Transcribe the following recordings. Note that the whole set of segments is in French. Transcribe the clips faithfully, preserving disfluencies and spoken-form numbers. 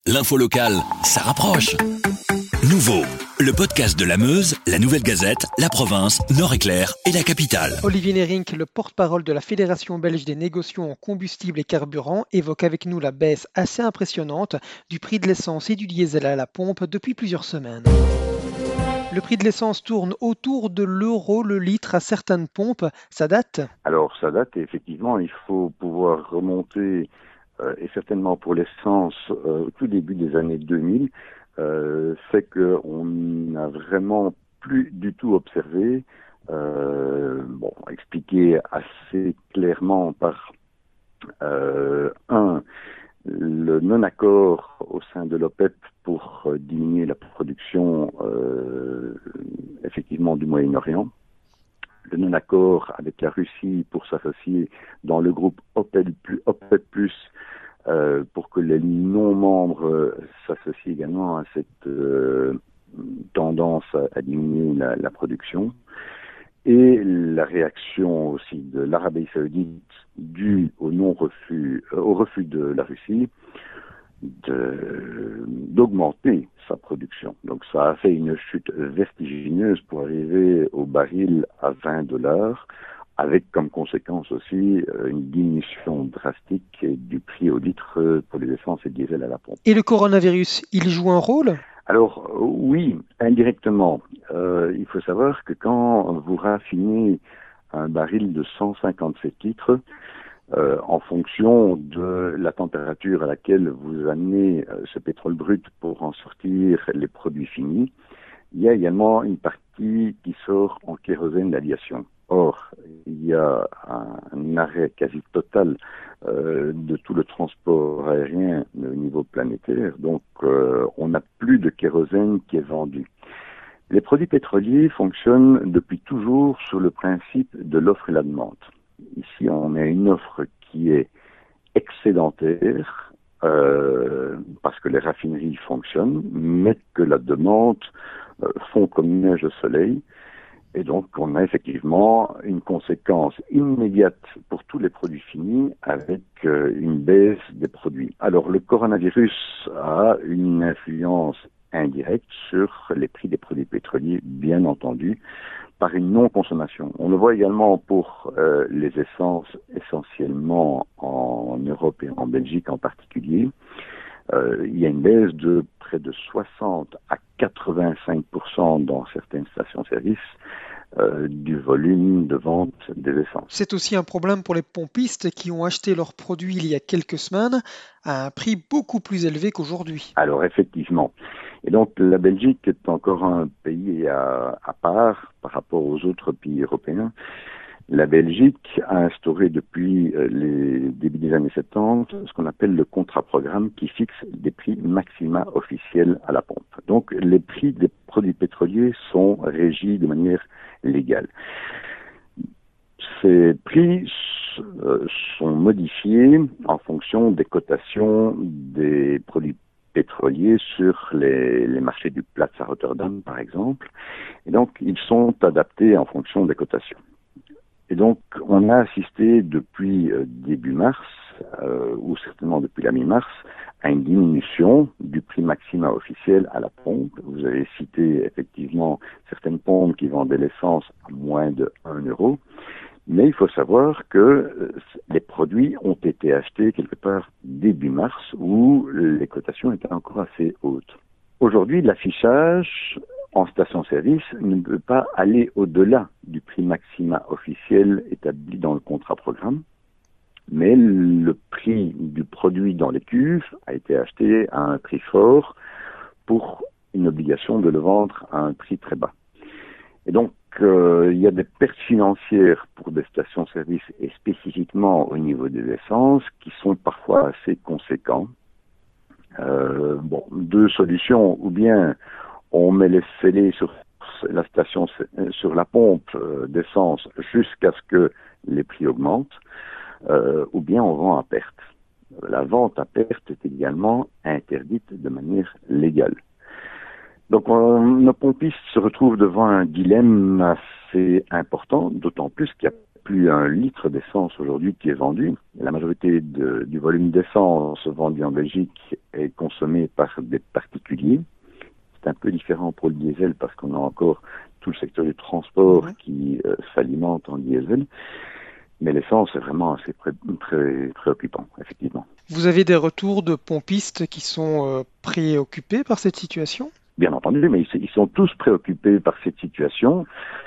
L'info locale, ça rapproche. Nouveau, le podcast de la Meuse, la Nouvelle Gazette, la Province, Nord-Éclair et la Capitale. Olivier Nérink, le porte-parole de la Fédération belge des négociants en combustible et carburant, évoque avec nous la baisse assez impressionnante du prix de l'essence et du diesel à la pompe depuis plusieurs semaines. Le prix de l'essence tourne autour de l'euro le litre à certaines pompes. Ça date ? Alors ça date et effectivement il faut pouvoir remonter euh, et certainement pour l'essence euh, au tout début des années deux mille, euh, c'est qu'on n'a vraiment plus du tout observé, euh, bon, expliqué assez clairement par euh, un, le non-accord au sein de l'OPEP pour euh, diminuer la production euh, effectivement du Moyen-Orient, le non-accord avec la Russie pour s'associer dans le groupe OPEP plus, OPEP plus euh, pour que les non-membres euh, s'associent également à cette euh, tendance à, à diminuer la, la production, et la réaction aussi de l'Arabie Saoudite due au non-refus, euh, au refus de la Russie de, d'augmenter sa production. Donc ça a fait une chute vertigineuse pour arriver au baril à vingt dollars, avec comme conséquence aussi une diminution drastique du prix au litre pour les essences et diesel à la pompe. Et le coronavirus, il joue un rôle ? Alors oui, indirectement. Euh, il faut savoir que quand vous raffinez un baril de cent cinquante-sept litres, Euh, en fonction de la température à laquelle vous amenez euh, ce pétrole brut pour en sortir les produits finis, il y a également une partie qui sort en kérosène d'aviation. Or, il y a un, un arrêt quasi total euh, de tout le transport aérien au niveau planétaire, donc euh, on n'a plus de kérosène qui est vendu. Les produits pétroliers fonctionnent depuis toujours sur le principe de l'offre et la demande. Ici, on a une offre qui est excédentaire euh, parce que les raffineries fonctionnent, mais que la demande euh, fond comme neige au soleil. Et donc, on a effectivement une conséquence immédiate pour tous les produits finis avec euh, une baisse des produits. Alors, le coronavirus a une influence indirecte sur les prix des produits pétroliers, bien entendu, par une non-consommation. On le voit également pour euh, les essences, essentiellement en Europe et en Belgique en particulier. Euh, il y a une baisse de près de soixante à quatre-vingt-cinq pour cent dans certaines stations-service euh, du volume de vente des essences. C'est aussi un problème pour les pompistes qui ont acheté leurs produits il y a quelques semaines à un prix beaucoup plus élevé qu'aujourd'hui. Alors effectivement. Et donc la Belgique est encore un pays à, à part par rapport aux autres pays européens. La Belgique a instauré depuis les débuts des années soixante-dix ce qu'on appelle le contrat-programme qui fixe des prix maxima officiels à la pompe. Donc les prix des produits pétroliers sont régis de manière légale. Ces prix euh, sont modifiés en fonction des cotations des produits pétroliers sur les, les marchés du Platz à Rotterdam, par exemple. Et donc, ils sont adaptés en fonction des cotations. Et donc, on a assisté depuis euh, début mars, euh, ou certainement depuis la mi-mars, à une diminution du prix maxima officiel à la pompe. Vous avez cité effectivement certaines pompes qui vendaient l'essence à moins de un euro. Mais il faut savoir que euh, les produits ont été achetés quelque part début mars où les cotations étaient encore assez hautes. Aujourd'hui, l'affichage en station-service ne peut pas aller au-delà du prix maxima officiel établi dans le contrat-programme, mais le prix du produit dans les cuves a été acheté à un prix fort pour une obligation de le vendre à un prix très bas. Et donc, euh, il y a des pertes financières pour des stations-service et spécifiquement au niveau des essences qui sont parfois assez conséquents. Euh, bon, deux solutions, ou bien on met les scellés sur la station, sur la pompe euh, d'essence jusqu'à ce que les prix augmentent, euh, ou bien on vend à perte. La vente à perte est également interdite de manière légale. Donc on, nos pompistes se retrouvent devant un dilemme assez important, d'autant plus qu'il y a plus un litre d'essence aujourd'hui qui est vendu. La majorité de, du volume d'essence vendu en Belgique est consommé par des particuliers. C'est un peu différent pour le diesel parce qu'on a encore tout le secteur du transport mmh. qui euh, s'alimente en diesel. Mais l'essence est vraiment assez pré- très préoccupant, effectivement. Vous avez des retours de pompistes qui sont euh, préoccupés par cette situation ? Bien entendu, mais ils, ils sont tous préoccupés par cette situation.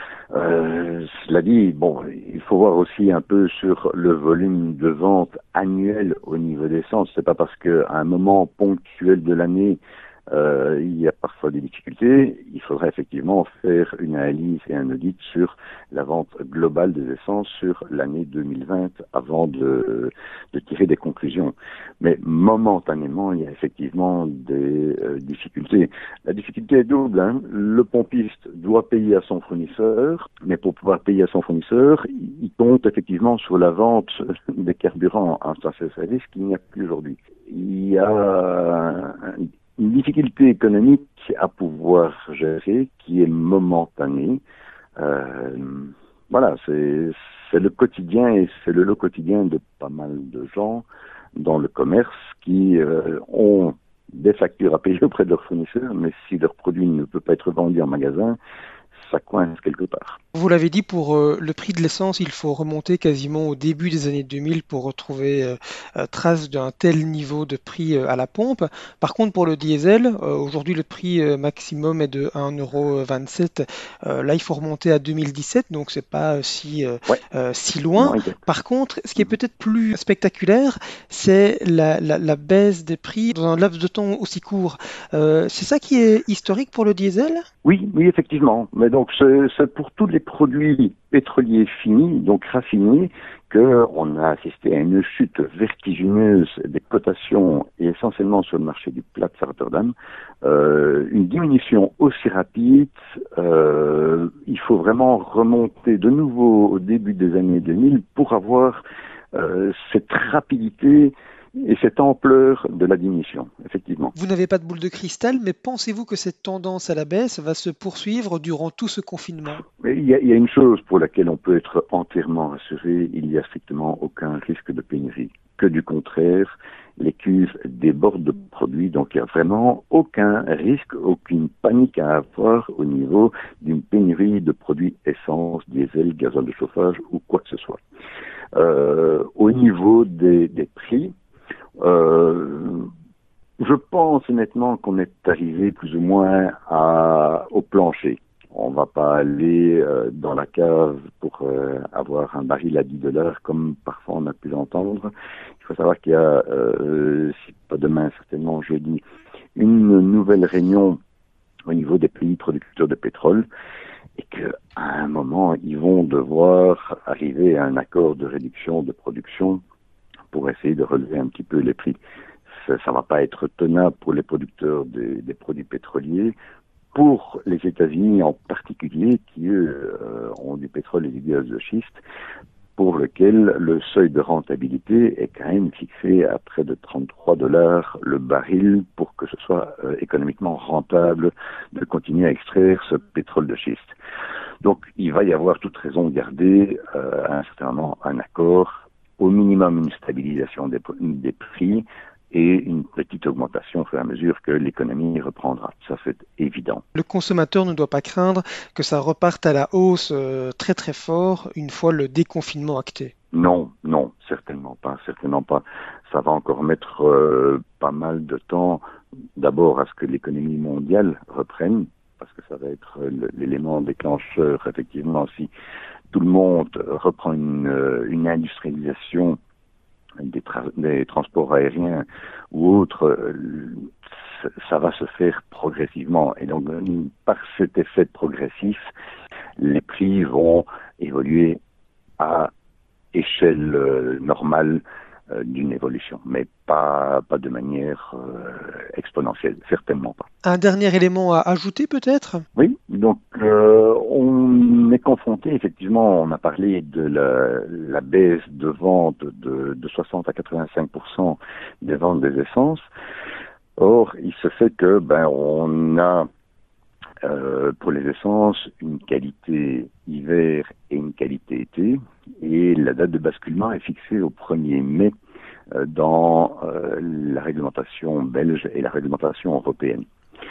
Euh, cela dit, bon, il faut voir aussi un peu sur le volume de vente annuel au niveau d'essence. C'est pas parce qu'à un moment ponctuel de l'année, Euh, il y a parfois des difficultés. Il faudra effectivement faire une analyse et un audit sur la vente globale des essences sur l'année deux mille vingt avant de, de tirer des conclusions. Mais momentanément, il y a effectivement des euh, difficultés. La difficulté est double, hein. Le pompiste doit payer à son fournisseur, mais pour pouvoir payer à son fournisseur, il compte effectivement sur la vente des carburants en station-service qu'il n'y a plus aujourd'hui. Il y a un une difficulté économique à pouvoir gérer qui est momentanée. Euh, voilà, c'est, c'est le quotidien et c'est le lot quotidien de pas mal de gens dans le commerce qui euh, ont des factures à payer auprès de leurs fournisseurs, mais si leur produit ne peut pas être vendu en magasin, ça coince quelque part. Vous l'avez dit, pour euh, le prix de l'essence, il faut remonter quasiment au début des années deux mille pour retrouver euh, euh, trace d'un tel niveau de prix euh, à la pompe. Par contre, pour le diesel, euh, aujourd'hui le prix euh, maximum est de un euro vingt-sept. Euh, là, il faut remonter à deux mille dix-sept, donc c'est pas si, euh, ouais. euh, si loin. Non, exact. Par contre, ce qui est peut-être plus spectaculaire, c'est la, la, la baisse des prix dans un laps de temps aussi court. Euh, c'est ça qui est historique pour le diesel ? Oui, oui, effectivement. Mais donc, c'est, c'est pour tous les produits pétroliers finis, donc raffinés, qu'on a assisté à une chute vertigineuse des cotations, et essentiellement sur le marché du Platts à Rotterdam. Euh, une diminution aussi rapide, euh, il faut vraiment remonter de nouveau au début des années deux mille pour avoir euh, cette rapidité et cette ampleur de la diminution, effectivement. Vous n'avez pas de boule de cristal, mais pensez-vous que cette tendance à la baisse va se poursuivre durant tout ce confinement ? Mais il y a, il y a une chose pour laquelle on peut être entièrement rassuré, il n'y a strictement aucun risque de pénurie. Que du contraire, les cuves débordent de produits, donc il n'y a vraiment aucun risque, aucune panique à avoir au niveau d'une pénurie de produits essence, diesel, gazole de chauffage ou quoi que ce soit. Euh, au niveau des, des prix, Euh, je pense honnêtement qu'on est arrivé plus ou moins à, au plancher. On va pas aller euh, dans la cave pour euh, avoir un baril à dix dollars comme parfois on a pu l'entendre. Il faut savoir qu'il y a, euh, si pas demain, certainement jeudi, une nouvelle réunion au niveau des pays producteurs de pétrole et qu'à un moment, ils vont devoir arriver à un accord de réduction de production pour essayer de relever un petit peu les prix. Ça ne va pas être tenable pour les producteurs des, des produits pétroliers, pour les États-Unis en particulier, qui eux euh, ont du pétrole et du gaz de schiste, pour lequel le seuil de rentabilité est quand même fixé à près de trente-trois dollars le baril pour que ce soit euh, économiquement rentable de continuer à extraire ce pétrole de schiste. Donc il va y avoir toute raison de garder euh, à un certain moment un accord, au minimum une stabilisation des, des prix et une petite augmentation au fur et à mesure que l'économie reprendra. Ça, c'est évident. Le consommateur ne doit pas craindre que ça reparte à la hausse euh, très très fort une fois le déconfinement acté. Non, non, certainement pas, certainement pas. Ça va encore mettre euh, pas mal de temps, d'abord à ce que l'économie mondiale reprenne, parce que ça va être l'élément déclencheur, effectivement, si tout le monde reprend une, une industrialisation des, tra- des transports aériens ou autres, ça va se faire progressivement. Et donc, par cet effet progressif, les prix vont évoluer à échelle normale euh, d'une évolution, mais pas, pas de manière euh, exponentielle, certainement pas. Un dernier élément à ajouter peut-être ? Oui, donc euh, on est confronté, effectivement, on a parlé de la, la baisse de vente de, de soixante à quatre-vingt-cinq pour cent des ventes des essences. Or, il se fait que ben on a euh, pour les essences une qualité hiver et une qualité été. Et la date de basculement est fixée au premier mai euh, dans euh, la réglementation belge et la réglementation européenne.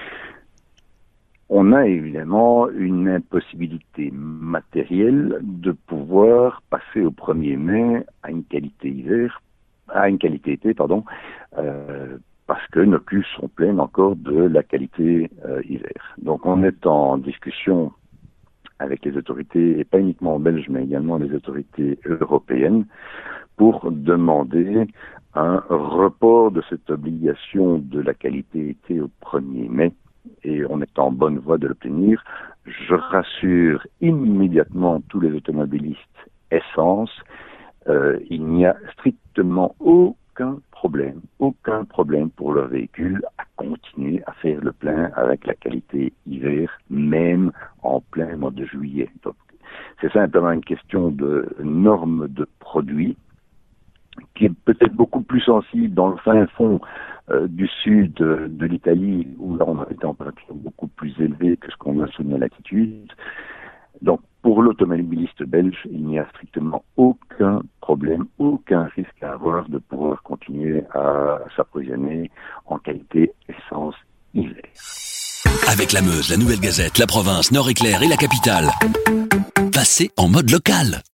On a évidemment une impossibilité matérielle de pouvoir passer au premier mai à une qualité hiver, à une qualité été, pardon, euh, parce que nos cuves sont pleines encore de la qualité euh, hiver. Donc on est en discussion avec les autorités, et pas uniquement belges, mais également les autorités européennes, pour demander un report de cette obligation de la qualité été au premier mai. Et on est en bonne voie de l'obtenir. Je rassure immédiatement tous les automobilistes essence, euh, il n'y a strictement aucun problème, aucun problème pour leur véhicule à continuer à faire le plein avec la qualité hiver, même en plein mois de juillet. Donc, c'est simplement une question de normes de produits qui est peut-être beaucoup plus sensible dans le fin fond euh, du sud euh, de l'Italie, où là on a des températures beaucoup plus élevées que ce qu'on a sous nos latitudes. Donc pour l'automobiliste belge, il n'y a strictement aucun problème, aucun risque à avoir de pouvoir continuer à s'approvisionner en qualité essence hiver. Avec la Meuse, la Nouvelle Gazette, la Province, Nord-Éclair et la Capitale, passez en mode local.